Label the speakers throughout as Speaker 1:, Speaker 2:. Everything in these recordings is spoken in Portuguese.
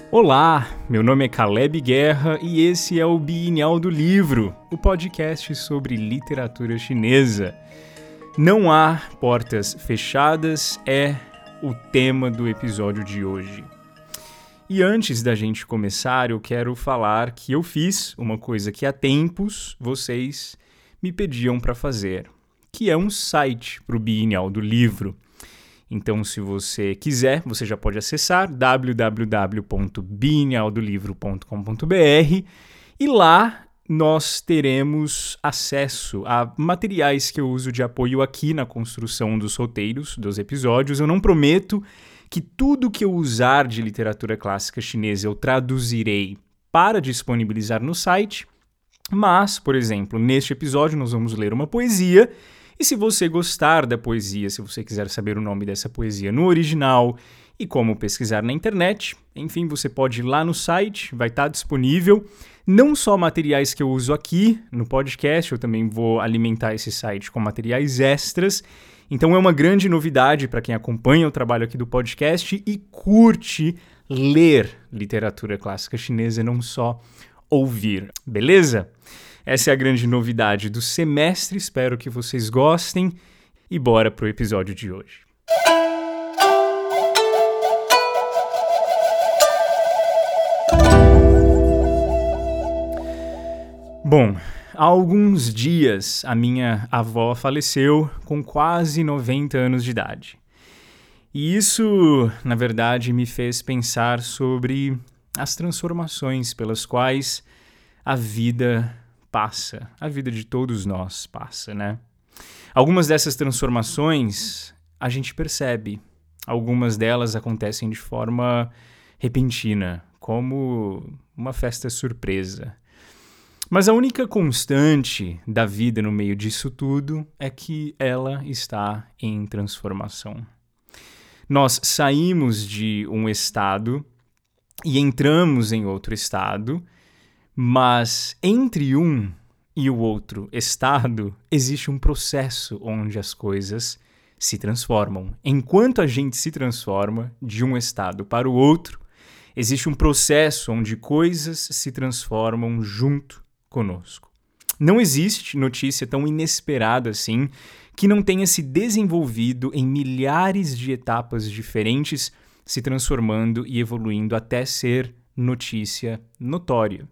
Speaker 1: Olá, meu nome é Caleb Guerra e esse é o Bienal do Livro, o podcast sobre literatura chinesa. Não há portas fechadas é o tema do episódio de hoje. E antes da gente começar, eu quero falar que eu fiz uma coisa que há tempos vocês me pediam para fazer, que é um site para o Bienal do Livro. Então, se você quiser, você já pode acessar www.bienaldolivro.com.br e lá nós teremos acesso a materiais que eu uso de apoio aqui na construção dos roteiros dos episódios. Eu não prometo que tudo que eu usar de literatura clássica chinesa eu traduzirei para disponibilizar no site, mas, por exemplo, neste episódio nós vamos ler uma poesia. E se você gostar da poesia, se você quiser saber o nome dessa poesia no original e como pesquisar na internet, enfim, você pode ir lá no site, vai estar disponível. Não só materiais que eu uso aqui no podcast, eu também vou alimentar esse site com materiais extras. Então é uma grande novidade para quem acompanha o trabalho aqui do podcast e curte ler literatura clássica chinesa, não só ouvir, beleza? Essa é a grande novidade do semestre, espero que vocês gostem e bora pro episódio de hoje. Bom, há alguns dias a minha avó faleceu com quase 90 anos de idade. E isso, na verdade, me fez pensar sobre as transformações pelas quais a vida passa, a vida de todos nós passa, né? Algumas dessas transformações a gente percebe, algumas delas acontecem de forma repentina, como uma festa surpresa. Mas a única constante da vida no meio disso tudo é que ela está em transformação. Nós saímos de um estado e entramos em outro estado, mas entre um e o outro estado existe um processo onde as coisas se transformam. Enquanto a gente se transforma de um estado para o outro, existe um processo onde coisas se transformam junto conosco. Não existe notícia tão inesperada assim que não tenha se desenvolvido em milhares de etapas diferentes, se transformando e evoluindo até ser notícia notória.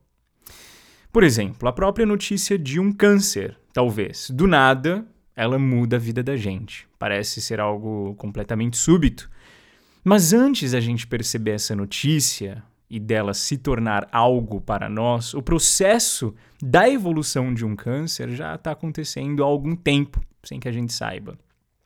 Speaker 1: Por exemplo, a própria notícia de um câncer, talvez. Do nada, ela muda a vida da gente. Parece ser algo completamente súbito. Mas antes da gente perceber essa notícia e dela se tornar algo para nós, o processo da evolução de um câncer já está acontecendo há algum tempo, sem que a gente saiba.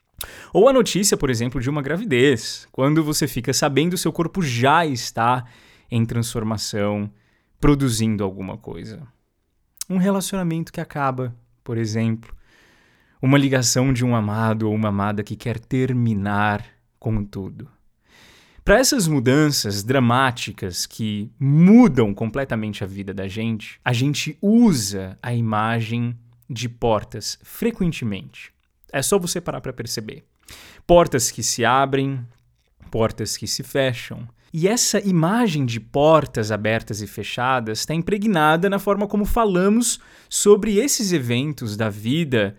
Speaker 1: Ou a notícia, por exemplo, de uma gravidez. Quando você fica sabendo, seu corpo já está em transformação, produzindo alguma coisa. Um relacionamento que acaba, por exemplo. Uma ligação de um amado ou uma amada que quer terminar com tudo. Para essas mudanças dramáticas que mudam completamente a vida da gente, a gente usa a imagem de portas frequentemente. É só você parar para perceber. Portas que se abrem, portas que se fecham. E essa imagem de portas abertas e fechadas está impregnada na forma como falamos sobre esses eventos da vida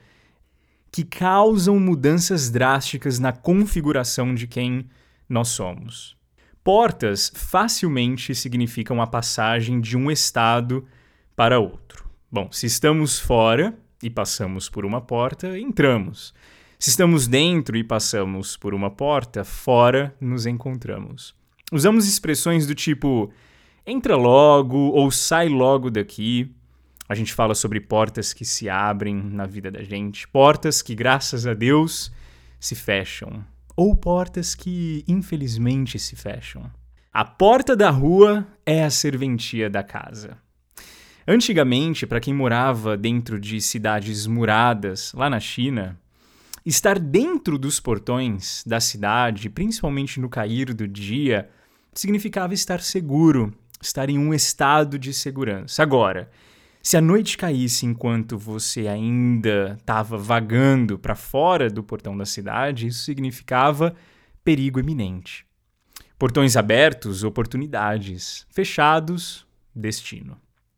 Speaker 1: que causam mudanças drásticas na configuração de quem nós somos. Portas facilmente significam a passagem de um estado para outro. Bom, se estamos fora e passamos por uma porta, entramos. Se estamos dentro e passamos por uma porta, fora nos encontramos. Usamos expressões do tipo entra logo ou sai logo daqui. A gente fala sobre portas que se abrem na vida da gente, portas que, graças a Deus, se fecham. Ou portas que, infelizmente, se fecham. A porta da rua é a serventia da casa. Antigamente, para quem morava dentro de cidades muradas, lá na China, estar dentro dos portões da cidade, principalmente no cair do dia, significava estar seguro, estar em um estado de segurança. Agora, se a noite caísse enquanto você ainda estava vagando para fora do portão da cidade, isso significava perigo iminente. Portões abertos, oportunidades. Fechados, destino.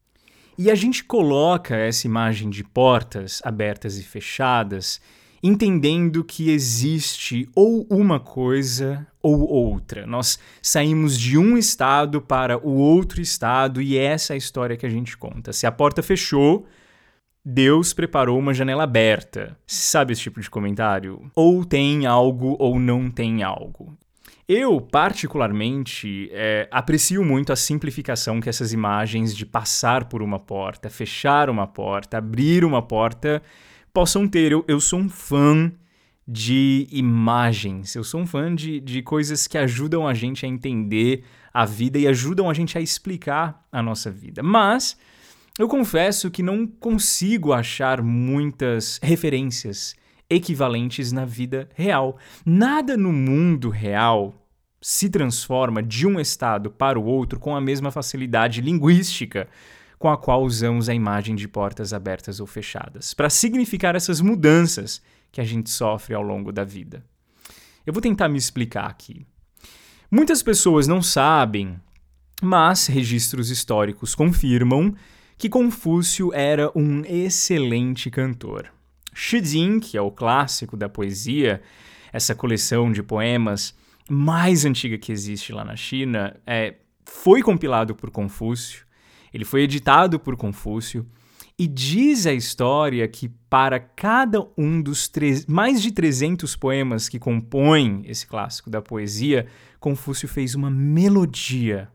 Speaker 1: E a gente coloca essa imagem de portas abertas e fechadas, entendendo que existe ou uma coisa ou outra. Nós saímos de um estado para o outro estado e essa é a história que a gente conta. Se a porta fechou, Deus preparou uma janela aberta. Sabe esse tipo de comentário? Ou tem algo ou não tem algo. Eu, particularmente, aprecio muito a simplificação que essas imagens de passar por uma porta, fechar uma porta, abrir uma porta possam ter. Eu sou um fã de imagens, eu sou um fã de coisas que ajudam a gente a entender a vida e ajudam a gente a explicar a nossa vida. Mas eu confesso que não consigo achar muitas referências equivalentes na vida real. Nada no mundo real se transforma de um estado para o outro com a mesma facilidade linguística com a qual usamos a imagem de portas abertas ou fechadas, para significar essas mudanças que a gente sofre ao longo da vida. Eu vou tentar me explicar aqui. Muitas pessoas não sabem, mas registros históricos confirmam que Confúcio era um excelente cantor. Shi Jing, que é o clássico da poesia, essa coleção de poemas mais antiga que existe lá na China, foi compilado por Confúcio, ele foi editado por Confúcio, e diz a história que para cada um dos mais de 300 poemas que compõem esse clássico da poesia, Confúcio fez uma melodia.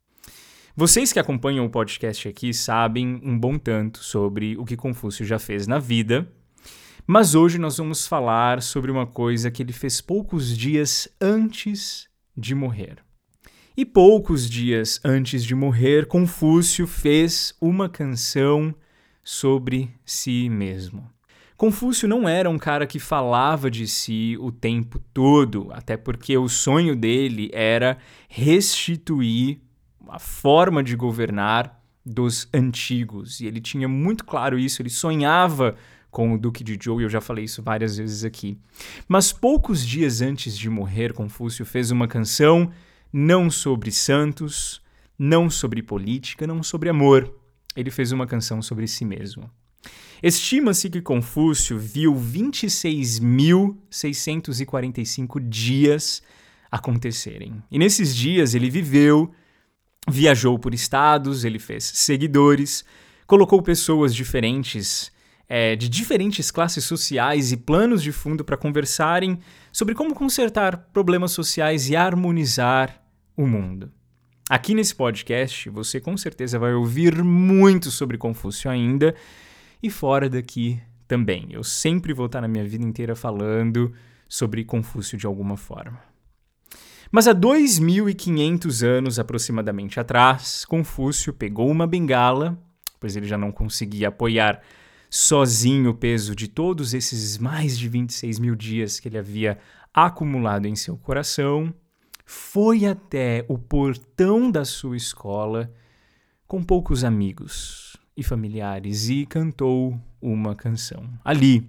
Speaker 1: Vocês que acompanham o podcast aqui sabem um bom tanto sobre o que Confúcio já fez na vida, mas hoje nós vamos falar sobre uma coisa que ele fez poucos dias antes de morrer. E poucos dias antes de morrer, Confúcio fez uma canção sobre si mesmo. Confúcio não era um cara que falava de si o tempo todo, até porque o sonho dele era restituir a forma de governar dos antigos. E ele tinha muito claro isso, ele sonhava com o Duque de Zhou, e eu já falei isso várias vezes aqui. Mas poucos dias antes de morrer, Confúcio fez uma canção não sobre santos, não sobre política, não sobre amor. Ele fez uma canção sobre si mesmo. Estima-se que Confúcio viu 26.645 dias acontecerem. E nesses dias ele viveu, viajou por estados, ele fez seguidores, colocou pessoas diferentes, de diferentes classes sociais e planos de fundo para conversarem sobre como consertar problemas sociais e harmonizar o mundo. Aqui nesse podcast, você com certeza vai ouvir muito sobre Confúcio ainda, e fora daqui também. Eu sempre vou estar na minha vida inteira falando sobre Confúcio de alguma forma. Mas há 2.500 anos aproximadamente atrás, Confúcio pegou uma bengala, pois ele já não conseguia apoiar sozinho o peso de todos esses mais de 26 mil dias que ele havia acumulado em seu coração, foi até o portão da sua escola com poucos amigos e familiares e cantou uma canção. Ali,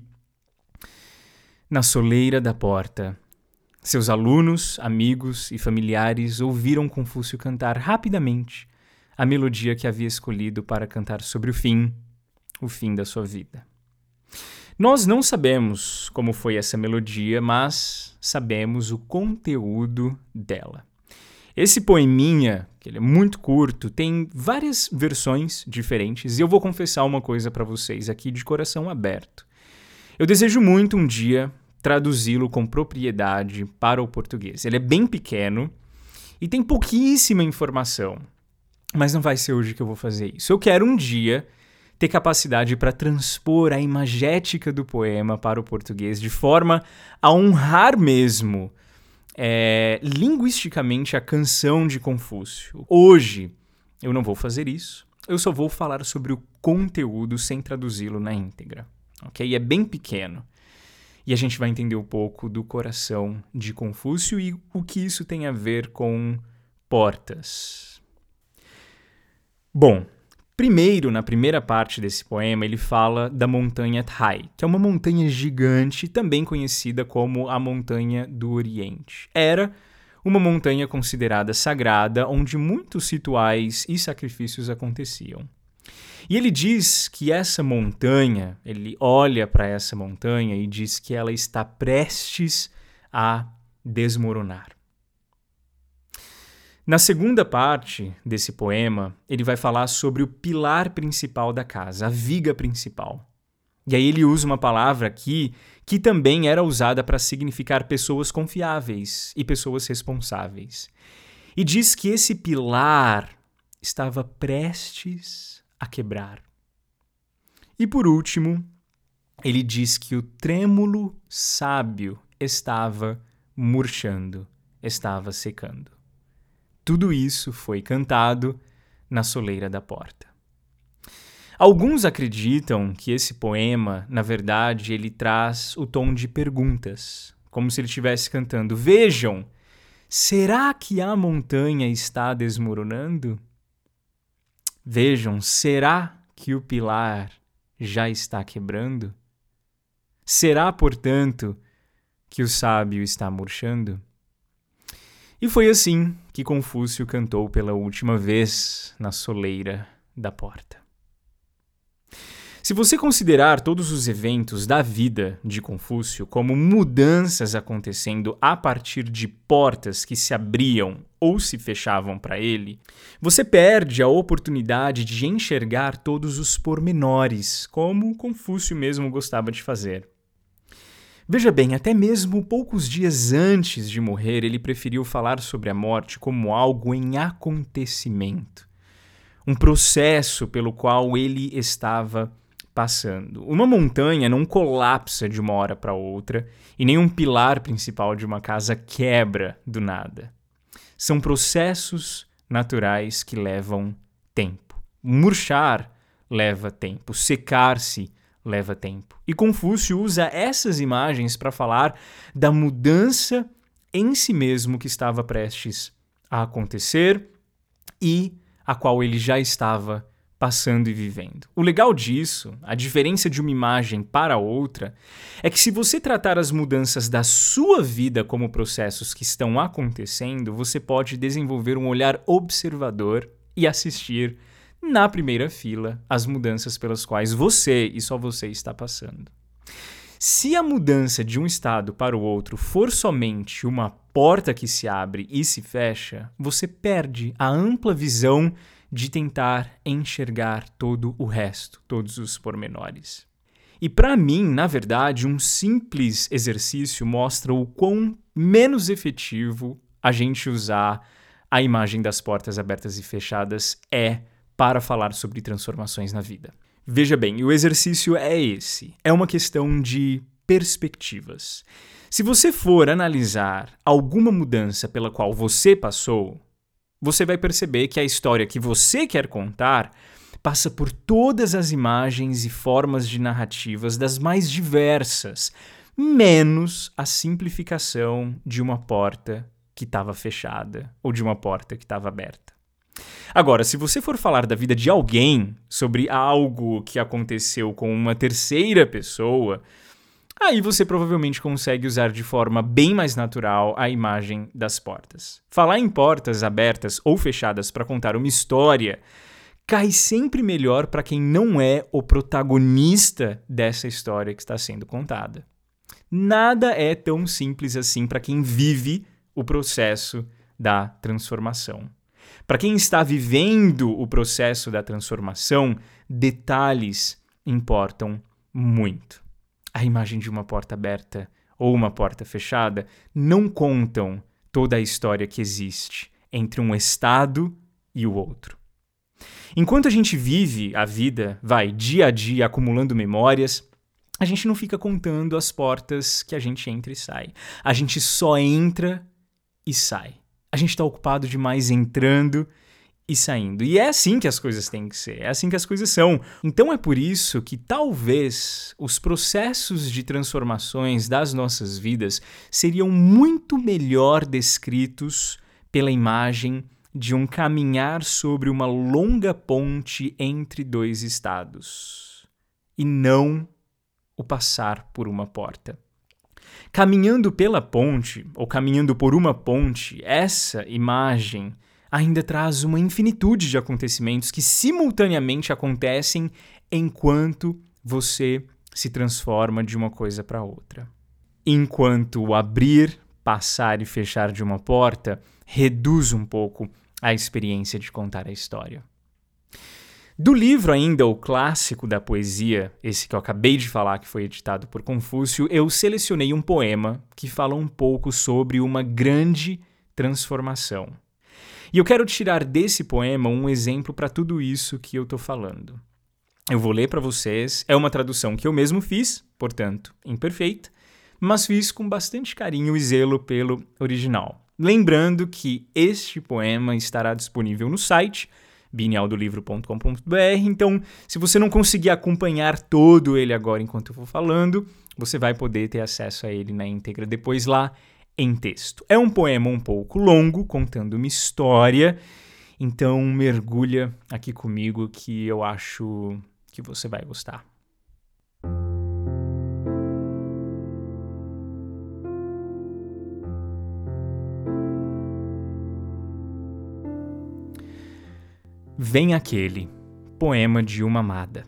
Speaker 1: na soleira da porta, seus alunos, amigos e familiares ouviram Confúcio cantar rapidamente a melodia que havia escolhido para cantar sobre o fim da sua vida. Nós não sabemos como foi essa melodia, mas sabemos o conteúdo dela. Esse poeminha, que ele é muito curto, tem várias versões diferentes e eu vou confessar uma coisa para vocês aqui de coração aberto. Eu desejo muito um dia traduzi-lo com propriedade para o português. Ele é bem pequeno e tem pouquíssima informação, mas não vai ser hoje que eu vou fazer isso. Eu quero um dia ter capacidade para transpor a imagética do poema para o português de forma a honrar mesmo linguisticamente a canção de Confúcio. Hoje eu não vou fazer isso, eu só vou falar sobre o conteúdo sem traduzi-lo na íntegra, ok? É bem pequeno e a gente vai entender um pouco do coração de Confúcio e o que isso tem a ver com portas. Bom, primeiro, na primeira parte desse poema, ele fala da montanha Thai, que é uma montanha gigante, também conhecida como a Montanha do Oriente. Era uma montanha considerada sagrada onde muitos rituais e sacrifícios aconteciam. E ele diz que essa montanha, ele olha para essa montanha e diz que ela está prestes a desmoronar. Na segunda parte desse poema, ele vai falar sobre o pilar principal da casa, a viga principal. E aí ele usa uma palavra aqui que também era usada para significar pessoas confiáveis e pessoas responsáveis. E diz que esse pilar estava prestes a quebrar. E por último, ele diz que o trêmulo sábio estava murchando, estava secando. Tudo isso foi cantado na soleira da porta. Alguns acreditam que esse poema, na verdade, ele traz o tom de perguntas, como se ele estivesse cantando: vejam, será que a montanha está desmoronando? Vejam, será que o pilar já está quebrando? Será, portanto, que o sábio está murchando? E foi assim que Confúcio cantou pela última vez na soleira da porta. Se você considerar todos os eventos da vida de Confúcio como mudanças acontecendo a partir de portas que se abriam ou se fechavam para ele, você perde a oportunidade de enxergar todos os pormenores, como Confúcio mesmo gostava de fazer. Veja bem, até mesmo poucos dias antes de morrer, ele preferiu falar sobre a morte como algo em acontecimento, um processo pelo qual ele estava passando. Uma montanha não colapsa de uma hora para outra e nenhum pilar principal de uma casa quebra do nada. São processos naturais que levam tempo. Murchar leva tempo, secar-se leva tempo. E Confúcio usa essas imagens para falar da mudança em si mesmo que estava prestes a acontecer e a qual ele já estava passando e vivendo. O legal disso, a diferença de uma imagem para outra, é que se você tratar as mudanças da sua vida como processos que estão acontecendo, você pode desenvolver um olhar observador e assistir na primeira fila as mudanças pelas quais você e só você está passando. Se a mudança de um estado para o outro for somente uma porta que se abre e se fecha, você perde a ampla visão de tentar enxergar todo o resto, todos os pormenores. E para mim, na verdade, um simples exercício mostra o quão menos efetivo a gente usar a imagem das portas abertas e fechadas é para falar sobre transformações na vida. Veja bem, o exercício é esse. É uma questão de perspectivas. Se você for analisar alguma mudança pela qual você passou, você vai perceber que a história que você quer contar passa por todas as imagens e formas de narrativas das mais diversas, menos a simplificação de uma porta que estava fechada ou de uma porta que estava aberta. Agora, se você for falar da vida de alguém, sobre algo que aconteceu com uma terceira pessoa, aí você provavelmente consegue usar de forma bem mais natural a imagem das portas. Falar em portas abertas ou fechadas para contar uma história cai sempre melhor para quem não é o protagonista dessa história que está sendo contada. Nada é tão simples assim para quem vive o processo da transformação. Para quem está vivendo o processo da transformação, detalhes importam muito. A imagem de uma porta aberta ou uma porta fechada não contam toda a história que existe entre um estado e o outro. Enquanto a gente vive a vida, dia a dia acumulando memórias, a gente não fica contando as portas que a gente entra e sai. A gente só entra e sai. A gente está ocupado demais entrando e saindo. E é assim que as coisas têm que ser, é assim que as coisas são. Então é por isso que talvez os processos de transformações das nossas vidas seriam muito melhor descritos pela imagem de um caminhar sobre uma longa ponte entre dois estados, e não o passar por uma porta. Caminhando pela ponte, ou caminhando por uma ponte, essa imagem ainda traz uma infinitude de acontecimentos que simultaneamente acontecem enquanto você se transforma de uma coisa para outra. Enquanto o abrir, passar e fechar de uma porta reduz um pouco a experiência de contar a história. Do livro ainda, o clássico da poesia, esse que eu acabei de falar que foi editado por Confúcio, eu selecionei um poema que fala um pouco sobre uma grande transformação. E eu quero tirar desse poema um exemplo para tudo isso que eu estou falando. Eu vou ler para vocês, é uma tradução que eu mesmo fiz, portanto, imperfeita, mas fiz com bastante carinho e zelo pelo original. Lembrando que este poema estará disponível no site bienaldolivro.com.br, então se você não conseguir acompanhar todo ele agora enquanto eu vou falando, você vai poder ter acesso a ele na íntegra depois lá em texto. É um poema um pouco longo, contando uma história, então mergulha aqui comigo que eu acho que você vai gostar. Vem aquele, poema de uma amada.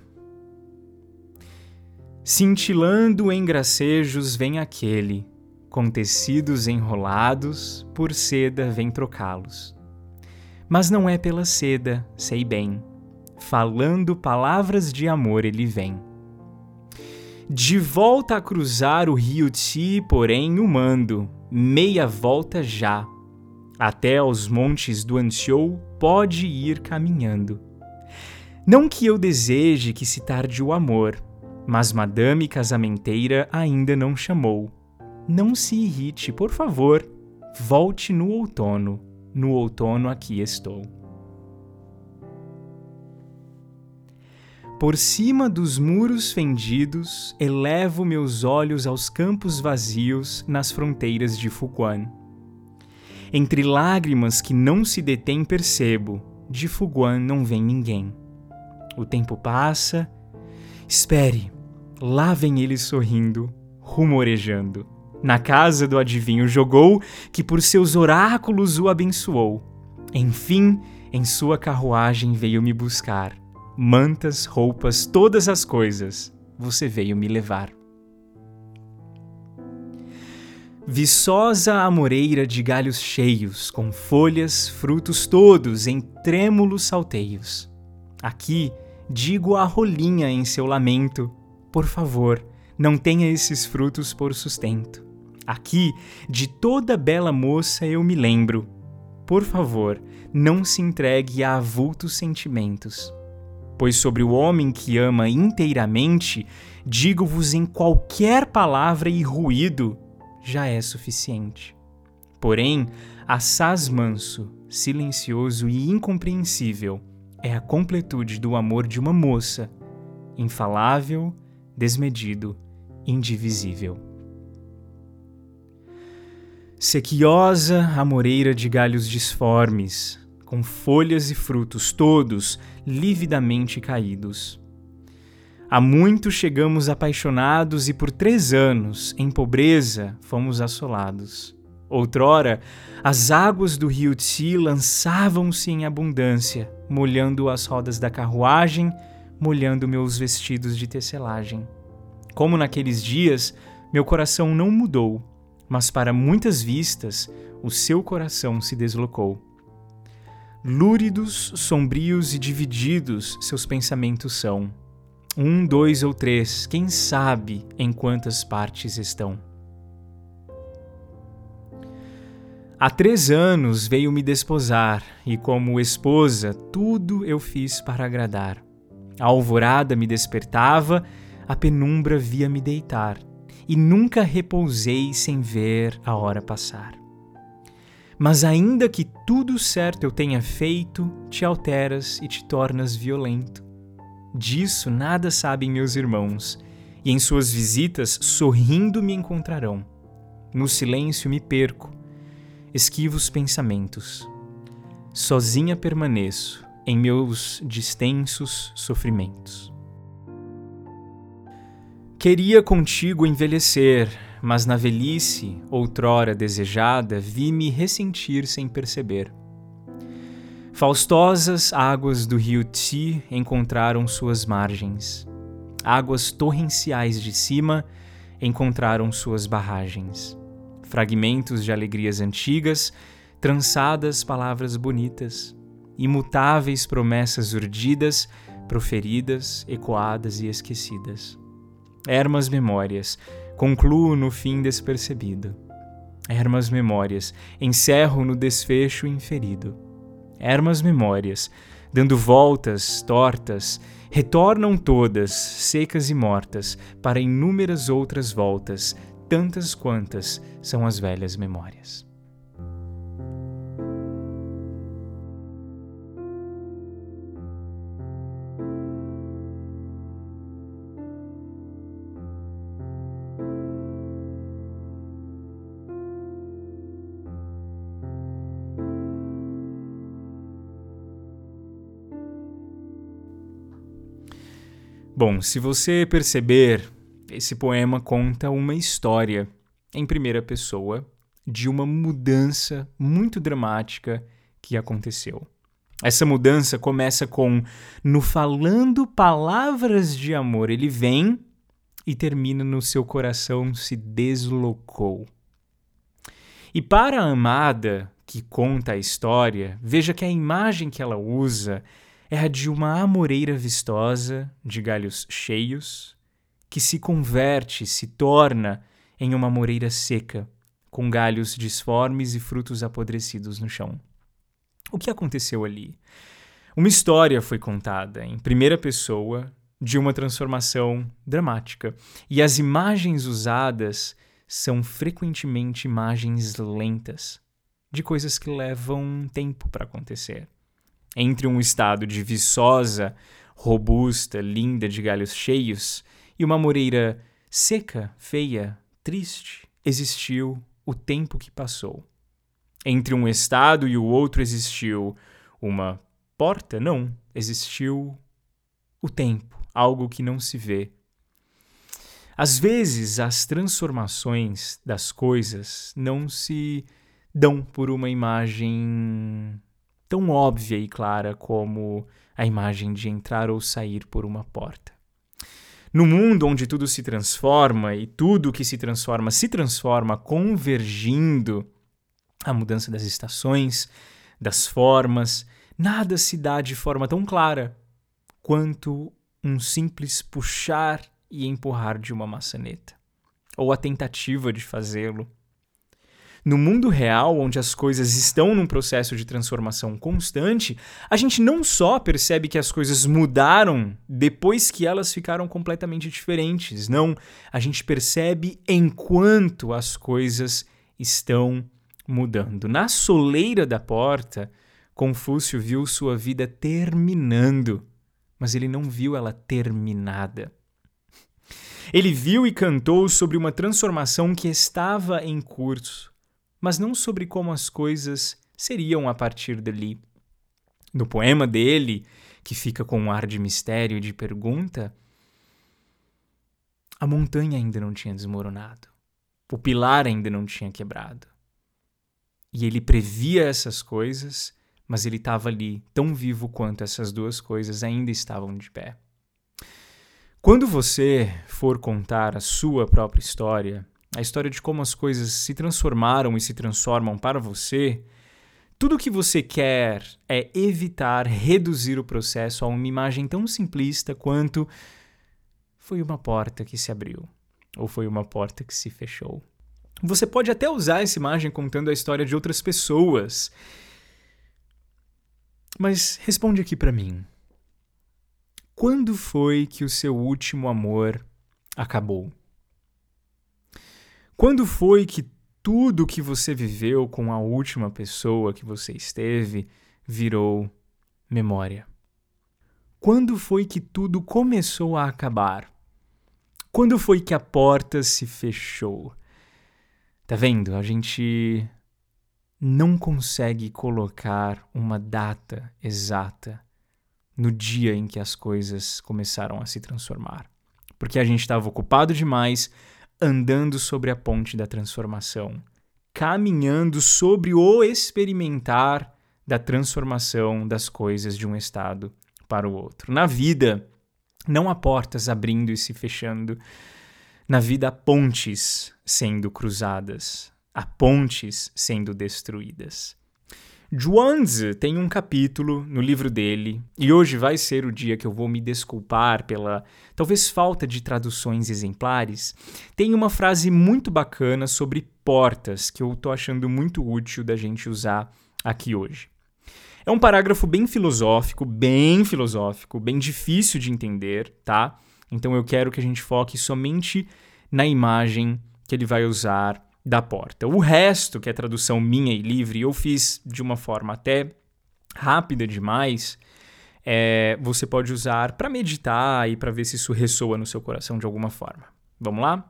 Speaker 1: Cintilando em gracejos vem aquele, com tecidos enrolados, por seda vem trocá-los. Mas não é pela seda, sei bem, falando palavras de amor ele vem. De volta a cruzar o rio Ti, porém, o mando, meia volta já, até aos montes do Ansiou pode ir caminhando. Não que eu deseje que se tarde o amor, mas madame casamenteira ainda não chamou. Não se irrite, por favor, volte no outono aqui estou. Por cima dos muros fendidos, elevo meus olhos aos campos vazios nas fronteiras de Fuguan. Entre lágrimas que não se detêm percebo, de Fuguan não vem ninguém. O tempo passa, espere, lá vem ele sorrindo, rumorejando. Na casa do adivinho jogou, que por seus oráculos o abençoou. Enfim, em sua carruagem veio me buscar. Mantas, roupas, todas as coisas, você veio me levar. Viçosa amoreira de galhos cheios, com folhas, frutos todos em trêmulos salteios. Aqui digo a rolinha em seu lamento, por favor, não tenha esses frutos por sustento. Aqui, de toda bela moça eu me lembro, por favor, não se entregue a avultos sentimentos. Pois sobre o homem que ama inteiramente, digo-vos em qualquer palavra e ruído, já é suficiente. Porém, assaz manso, silencioso e incompreensível é a completude do amor de uma moça, infalável, desmedido, indivisível. Sequiosa amoreira de galhos disformes, com folhas e frutos todos lividamente caídos. Há muito chegamos apaixonados e por 3 anos, em pobreza, fomos assolados. Outrora, as águas do rio Tsi lançavam-se em abundância, molhando as rodas da carruagem, molhando meus vestidos de tecelagem. Como naqueles dias, meu coração não mudou, mas para muitas vistas, o seu coração se deslocou. Lúridos, sombrios e divididos seus pensamentos são. 1, 2 ou 3, quem sabe em quantas partes estão. Há 3 anos veio me desposar, e como esposa tudo eu fiz para agradar. A alvorada me despertava, a penumbra via-me deitar, e nunca repousei sem ver a hora passar. Mas ainda que tudo certo eu tenha feito, te alteras e te tornas violento. Disso nada sabem meus irmãos, e em suas visitas sorrindo me encontrarão. No silêncio me perco, esquivo os pensamentos. Sozinha permaneço em meus distensos sofrimentos. Queria contigo envelhecer, mas na velhice, outrora desejada, vi-me ressentir sem perceber. Faustosas águas do rio Tsi encontraram suas margens. Águas torrenciais de cima encontraram suas barragens. Fragmentos de alegrias antigas, trançadas palavras bonitas, imutáveis promessas urdidas, proferidas, ecoadas e esquecidas. Ermas memórias, concluo no fim despercebido. Ermas memórias, encerro no desfecho inferido. Ermas memórias, dando voltas tortas, retornam todas, secas e mortas, para inúmeras outras voltas, tantas quantas são as velhas memórias. Bom, se você perceber, esse poema conta uma história em primeira pessoa de uma mudança muito dramática que aconteceu. Essa mudança começa com no falando palavras de amor, ele vem e termina no seu coração se deslocou. E para a amada que conta a história, veja que a imagem que ela usa é a de uma amoreira vistosa, de galhos cheios, que se converte, se torna em uma amoreira seca, com galhos disformes e frutos apodrecidos no chão. O que aconteceu ali? Uma história foi contada em primeira pessoa de uma transformação dramática, e as imagens usadas são frequentemente imagens lentas, de coisas que levam tempo para acontecer. Entre um estado de viçosa, robusta, linda de galhos cheios e uma amoreira seca, feia, triste, existiu o tempo que passou. Entre um estado e o outro existiu uma porta? Não, existiu o tempo, algo que não se vê. Às vezes, as transformações das coisas não se dão por uma imagem tão óbvia e clara como a imagem de entrar ou sair por uma porta. No mundo onde tudo se transforma e tudo que se transforma convergindo à mudança das estações, das formas, nada se dá de forma tão clara quanto um simples puxar e empurrar de uma maçaneta, ou a tentativa de fazê-lo. No mundo real, onde as coisas estão num processo de transformação constante, a gente não só percebe que as coisas mudaram depois que elas ficaram completamente diferentes. Não, a gente percebe enquanto as coisas estão mudando. Na soleira da porta, Confúcio viu sua vida terminando, mas ele não viu ela terminada. Ele viu e cantou sobre uma transformação que estava em curso, mas não sobre como as coisas seriam a partir dali. No poema dele, que fica com um ar de mistério e de pergunta, a montanha ainda não tinha desmoronado, o pilar ainda não tinha quebrado. E ele previa essas coisas, mas ele estava ali, tão vivo quanto essas duas coisas ainda estavam de pé. Quando você for contar a sua própria história, a história de como as coisas se transformaram e se transformam para você, tudo o que você quer é evitar reduzir o processo a uma imagem tão simplista quanto foi uma porta que se abriu ou foi uma porta que se fechou. Você pode até usar essa imagem contando a história de outras pessoas, mas responde aqui para mim. Quando foi que o seu último amor acabou? Quando foi que tudo que você viveu com a última pessoa que você esteve virou memória? Quando foi que tudo começou a acabar? Quando foi que a porta se fechou? Tá vendo? A gente não consegue colocar uma data exata no dia em que as coisas começaram a se transformar. Porque a gente estava ocupado demais andando sobre a ponte da transformação, caminhando sobre o experimentar da transformação das coisas de um estado para o outro. Na vida, não há portas abrindo e se fechando. Na vida, há pontes sendo cruzadas, há pontes sendo destruídas. Zhuangzi tem um capítulo no livro dele, e hoje vai ser o dia que eu vou me desculpar pela talvez falta de traduções exemplares. Tem uma frase muito bacana sobre portas que eu tô achando muito útil da gente usar aqui hoje. É um parágrafo bem filosófico, bem difícil de entender, tá? Então eu quero que a gente foque somente na imagem que ele vai usar da porta. O resto, que é tradução minha e livre, eu fiz de uma forma até rápida demais, você pode usar para meditar e para ver se isso ressoa no seu coração de alguma forma. Vamos lá?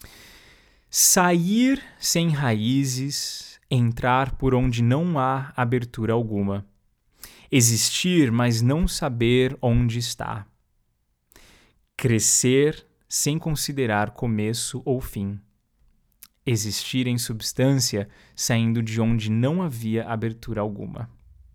Speaker 1: Sair sem raízes, entrar por onde não há abertura alguma. Existir, mas não saber onde está. Crescer sem considerar começo ou fim. Existir em substância, saindo de onde não havia abertura alguma.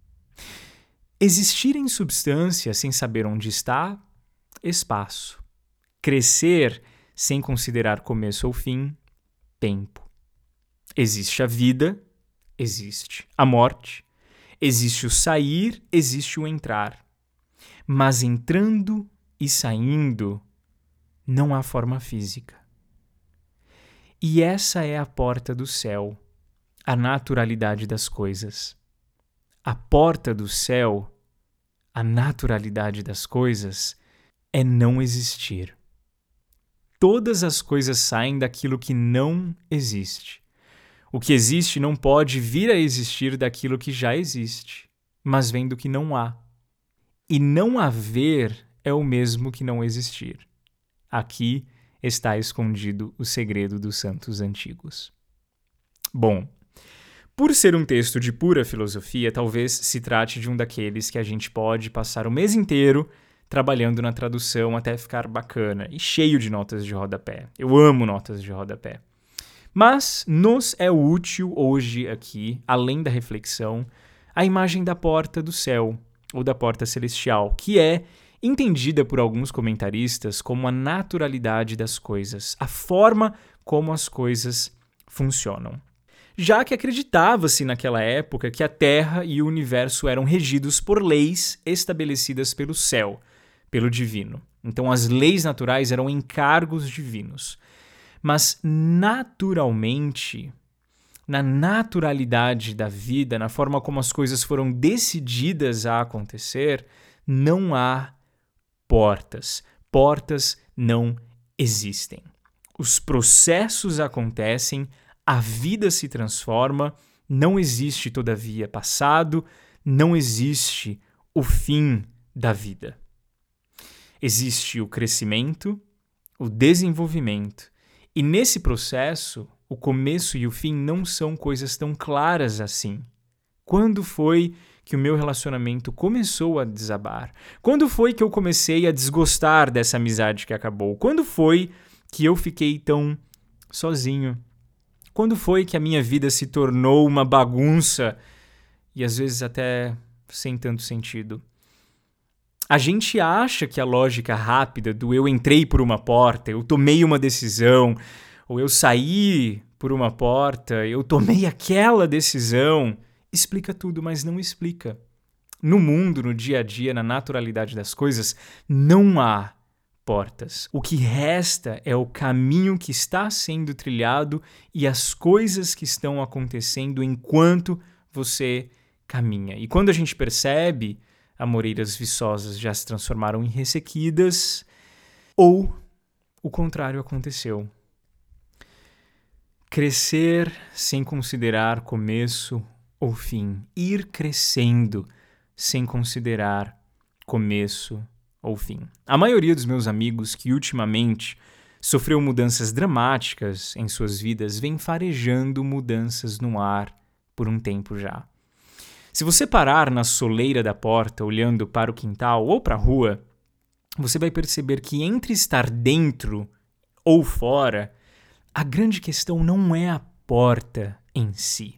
Speaker 1: Existir em substância, sem saber onde está, espaço. Crescer, sem considerar começo ou fim, tempo. Existe a vida, existe a morte. Existe o sair, existe o entrar. Mas entrando e saindo, não há forma física. E essa é a porta do céu, a naturalidade das coisas. A porta do céu, a naturalidade das coisas, é não existir. Todas as coisas saem daquilo que não existe. O que existe não pode vir a existir daquilo que já existe, mas vem do que não há. E não haver é o mesmo que não existir. Aqui está escondido o segredo dos santos antigos. Bom, por ser um texto de pura filosofia, talvez se trate de um daqueles que a gente pode passar o mês inteiro trabalhando na tradução até ficar bacana e cheio de notas de rodapé. Eu amo notas de rodapé. Mas nos é útil hoje aqui, além da reflexão, a imagem da porta do céu, ou da porta celestial, que é entendida por alguns comentaristas como a naturalidade das coisas, a forma como as coisas funcionam. Já que acreditava-se naquela época que a Terra e o universo eram regidos por leis estabelecidas pelo céu, pelo divino. Então as leis naturais eram encargos divinos. Mas naturalmente, na naturalidade da vida, na forma como as coisas foram decididas a acontecer, não há portas. Portas não existem. Os processos acontecem, a vida se transforma, não existe, todavia, passado, não existe o fim da vida. Existe o crescimento, o desenvolvimento, e nesse processo, o começo e o fim não são coisas tão claras assim. Quando foi que o meu relacionamento começou a desabar? Quando foi que eu comecei a desgostar dessa amizade que acabou? Quando foi que eu fiquei tão sozinho? Quando foi que a minha vida se tornou uma bagunça e às vezes até sem tanto sentido? A gente acha que a lógica rápida do eu entrei por uma porta, eu tomei uma decisão, ou eu saí por uma porta, eu tomei aquela decisão, explica tudo, mas não explica. No mundo, no dia a dia, na naturalidade das coisas, não há portas. O que resta é o caminho que está sendo trilhado e as coisas que estão acontecendo enquanto você caminha. E quando a gente percebe, amoreiras viçosas já se transformaram em ressequidas, ou o contrário aconteceu. Crescer sem considerar começo ou fim. Ir crescendo sem considerar começo ou fim. A maioria dos meus amigos que ultimamente sofreu mudanças dramáticas em suas vidas vem farejando mudanças no ar por um tempo já. Se você parar na soleira da porta, olhando para o quintal ou para a rua, você vai perceber que entre estar dentro ou fora, A grande questão não é a porta em si.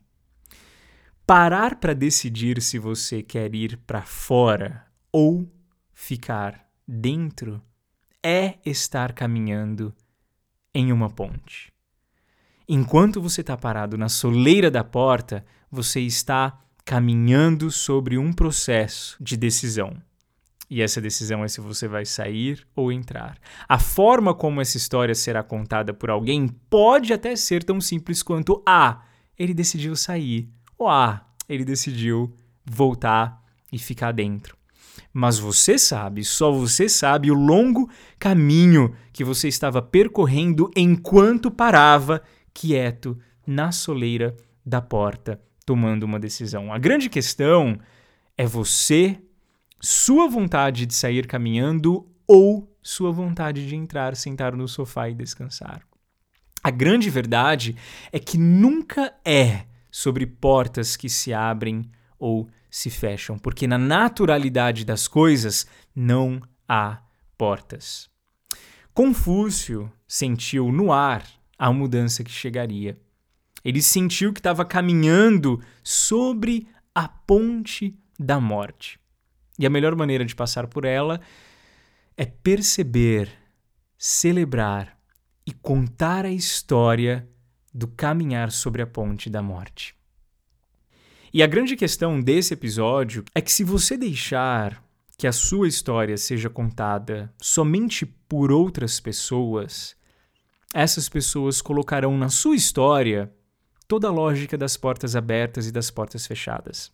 Speaker 1: Parar para decidir se você quer ir para fora ou ficar dentro é estar caminhando em uma ponte. Enquanto você está parado na soleira da porta, você está caminhando sobre um processo de decisão. E essa decisão é se você vai sair ou entrar. A forma como essa história será contada por alguém pode até ser tão simples quanto ele decidiu sair, ou ele decidiu voltar e ficar dentro. Mas você sabe, só você sabe o longo caminho que você estava percorrendo enquanto parava quieto na soleira da porta, tomando uma decisão. A grande questão é sua vontade de sair caminhando ou sua vontade de entrar, sentar no sofá e descansar. A grande verdade é que nunca é sobre portas que se abrem ou se fecham, porque na naturalidade das coisas não há portas. Confúcio sentiu no ar a mudança que chegaria. Ele sentiu que estava caminhando sobre a ponte da morte. E a melhor maneira de passar por ela é perceber, celebrar e contar a história do caminhar sobre a ponte da morte. E a grande questão desse episódio é que se você deixar que a sua história seja contada somente por outras pessoas, essas pessoas colocarão na sua história toda a lógica das portas abertas e das portas fechadas.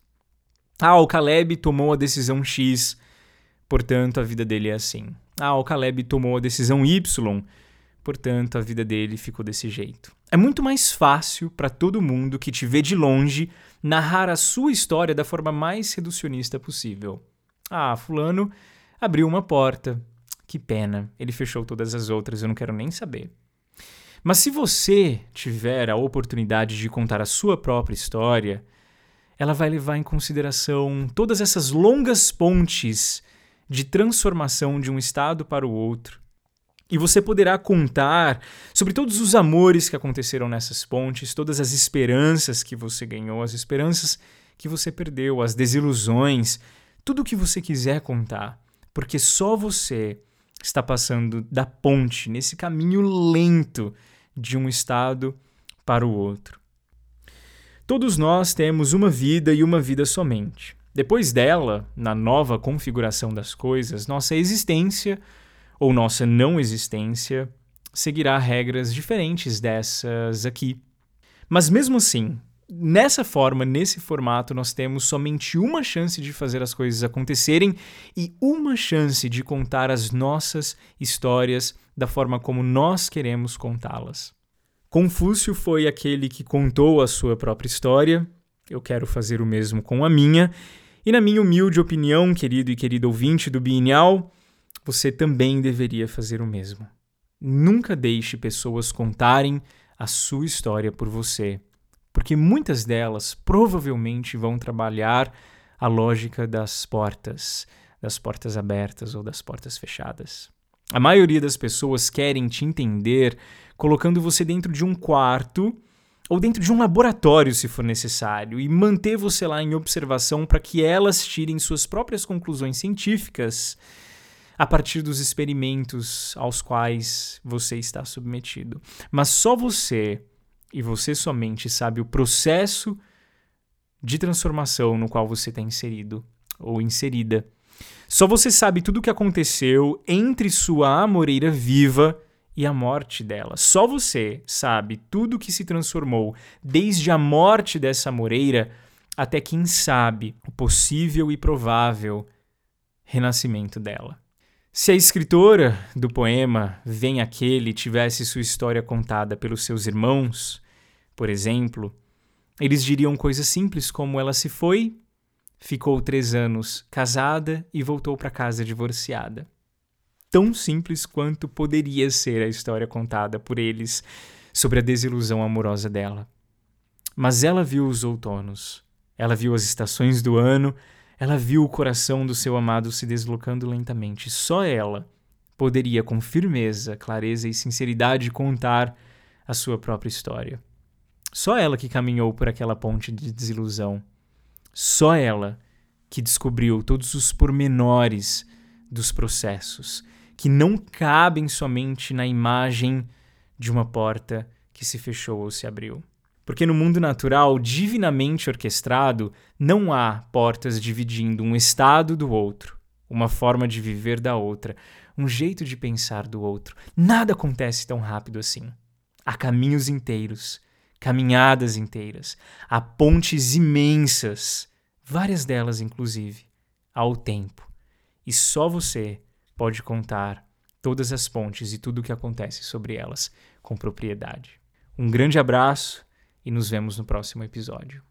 Speaker 1: O Caleb tomou a decisão X, portanto a vida dele é assim. O Caleb tomou a decisão Y, portanto a vida dele ficou desse jeito. É muito mais fácil para todo mundo que te vê de longe narrar a sua história da forma mais reducionista possível. Fulano abriu uma porta. Que pena, ele fechou todas as outras, eu não quero nem saber. Mas se você tiver a oportunidade de contar a sua própria história, ela vai levar em consideração todas essas longas pontes de transformação de um estado para o outro. E você poderá contar sobre todos os amores que aconteceram nessas pontes, todas as esperanças que você ganhou, as esperanças que você perdeu, as desilusões, tudo o que você quiser contar. Porque só você está passando da ponte, nesse caminho lento de um estado para o outro. Todos nós temos uma vida e uma vida somente. Depois dela, na nova configuração das coisas, nossa existência ou nossa não existência seguirá regras diferentes dessas aqui. Mas mesmo assim, nessa forma, nesse formato, nós temos somente uma chance de fazer as coisas acontecerem e uma chance de contar as nossas histórias da forma como nós queremos contá-las. Confúcio foi aquele que contou a sua própria história. Eu quero fazer o mesmo com a minha. E na minha humilde opinião, querido e querido ouvinte do Bienal, você também deveria fazer o mesmo. Nunca deixe pessoas contarem a sua história por você, porque muitas delas provavelmente vão trabalhar a lógica das portas abertas ou das portas fechadas. A maioria das pessoas querem te entender colocando você dentro de um quarto ou dentro de um laboratório, se for necessário, e manter você lá em observação para que elas tirem suas próprias conclusões científicas a partir dos experimentos aos quais você está submetido. Mas só você, e você somente, sabe o processo de transformação no qual você está inserido ou inserida. Só você sabe tudo o que aconteceu entre sua amoreira viva e a morte dela. Só você sabe tudo o que se transformou desde a morte dessa amoreira até, quem sabe, o possível e provável renascimento dela. Se a escritora do poema Vem Aquele tivesse sua história contada pelos seus irmãos, por exemplo, eles diriam coisas simples como ela se foi, ficou 3 anos casada e voltou para casa divorciada. Tão simples quanto poderia ser a história contada por eles sobre a desilusão amorosa dela. Mas ela viu os outonos, ela viu as estações do ano, ela viu o coração do seu amado se deslocando lentamente. Só ela poderia, com firmeza, clareza e sinceridade, contar a sua própria história. Só ela que caminhou por aquela ponte de desilusão. Só ela que descobriu todos os pormenores dos processos, que não cabem somente na imagem de uma porta que se fechou ou se abriu. Porque no mundo natural, divinamente orquestrado, não há portas dividindo um estado do outro, uma forma de viver da outra, um jeito de pensar do outro. Nada acontece tão rápido assim. Há caminhos inteiros, caminhadas inteiras, há pontes imensas, várias delas inclusive, ao tempo. E só você pode contar todas as pontes e tudo o que acontece sobre elas com propriedade. Um grande abraço e nos vemos no próximo episódio.